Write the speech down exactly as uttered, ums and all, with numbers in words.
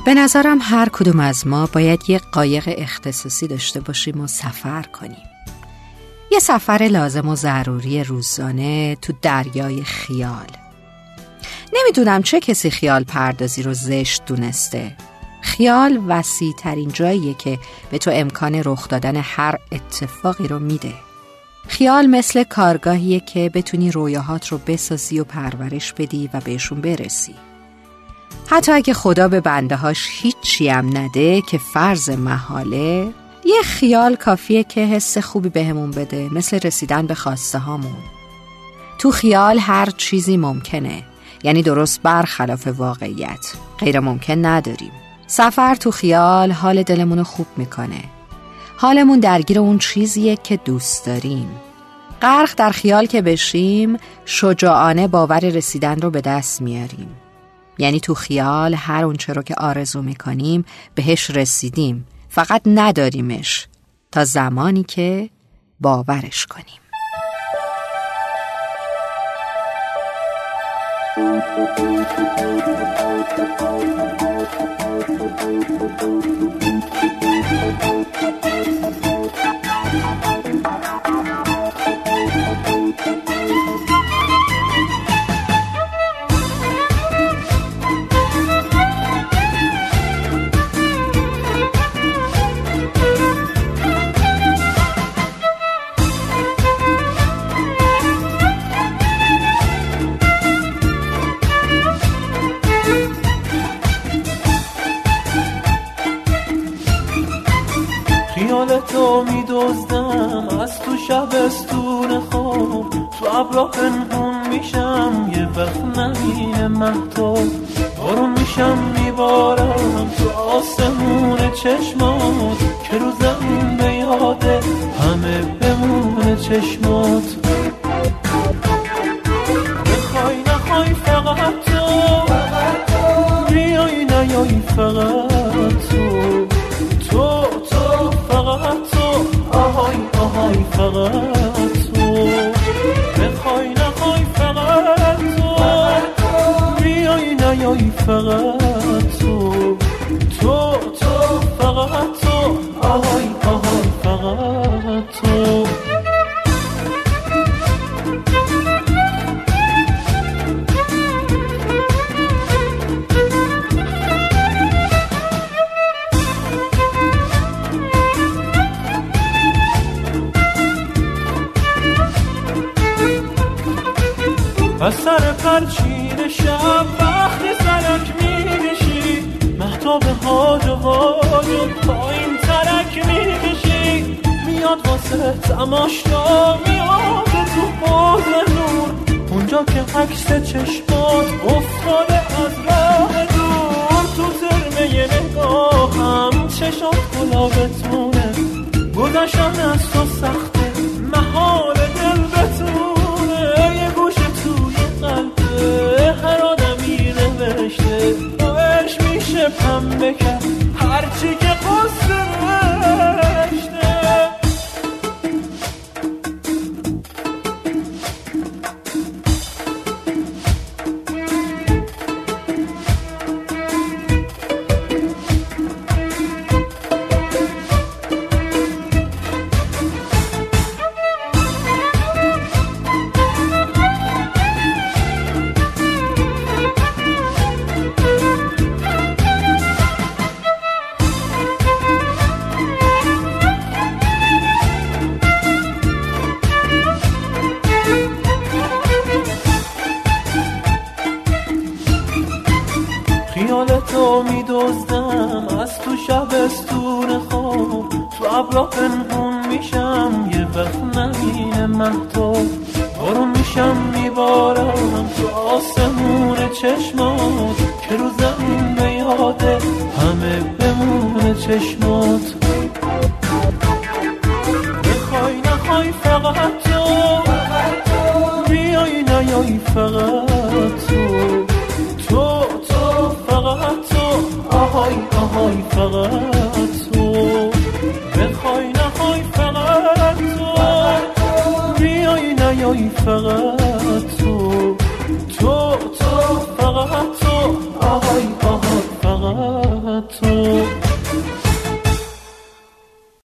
به نظرم هر کدوم از ما باید یه قایق اختصاصی داشته باشیم و سفر کنیم. یه سفر لازم و ضروری روزانه تو دریای خیال. نمیدونم چه کسی خیال پردازی رو زشت دونسته. خیال وسیع ترین جاییه که به تو امکان رخ دادن هر اتفاقی رو میده. خیال مثل کارگاهیه که بتونی رویاهات رو بسازی و پرورش بدی و بهشون برسی. حتی اگه خدا به بنده هاش هیچی هم نده که فرض محاله، یه خیال کافیه که حس خوبی بهمون بده، مثل رسیدن به خواسته هامون. تو خیال هر چیزی ممکنه، یعنی درست برخلاف واقعیت. غیر ممکن نداریم. سفر تو خیال حال دلمون خوب میکنه. حالمون درگیر اون چیزیه که دوست داریم. غرق در خیال که بشیم، شجاعانه باور رسیدن رو به دست میاریم. یعنی تو خیال هر اون چه رو که آرزو میکنیم بهش رسیدیم، فقط نداریمش تا زمانی که باورش کنیم. خیال تو می دزدم از تو شبستون خواب، تو ابرا پنهون میشم یه وقت نبینه مهتاب، بارون میشم میبارم تو آسمون چشمات، که رو زمین به یاده همه بمونه چشمات. بخوای نخوای فقط تو بیای نیای فقط تو تو تو فقط تو آهای آهای فقط تو. بخوای نخوای فقط تو بیای نیای فقط تو تو تو فقط تو آهای آهای فقط تو. از سر پرچین شب وقت سرک میکشی، مهتاب هاج و واج و پایین ترک میکشی، میاد واسه تماشا میاد تو حوض نور، اونجا که عکس چشمات افتاده از راه دور، تو ترمه نگاهم چشات گلابتونه، گذشتن از تو سخته محال دل بتونه، یه گوش توی قلبه هر آدمی نوشته، باش میشه پنبه کرد هرچی که قصه نوشته. خیال تو می دزدم از تو شبستون خواب، تو ابرا پنهون میشم یه وقت نبینه مهتاب، بارون میشم میبارم تو آسمون چشمات، که رو زمین به یاده همه بمونه چشمات. بخوای نخوای فقط تو بیای نیای فقط تو تو تو فقط تو آهای آهای فقط تو. بخوای نخوای فقط تو بیای نیای فقط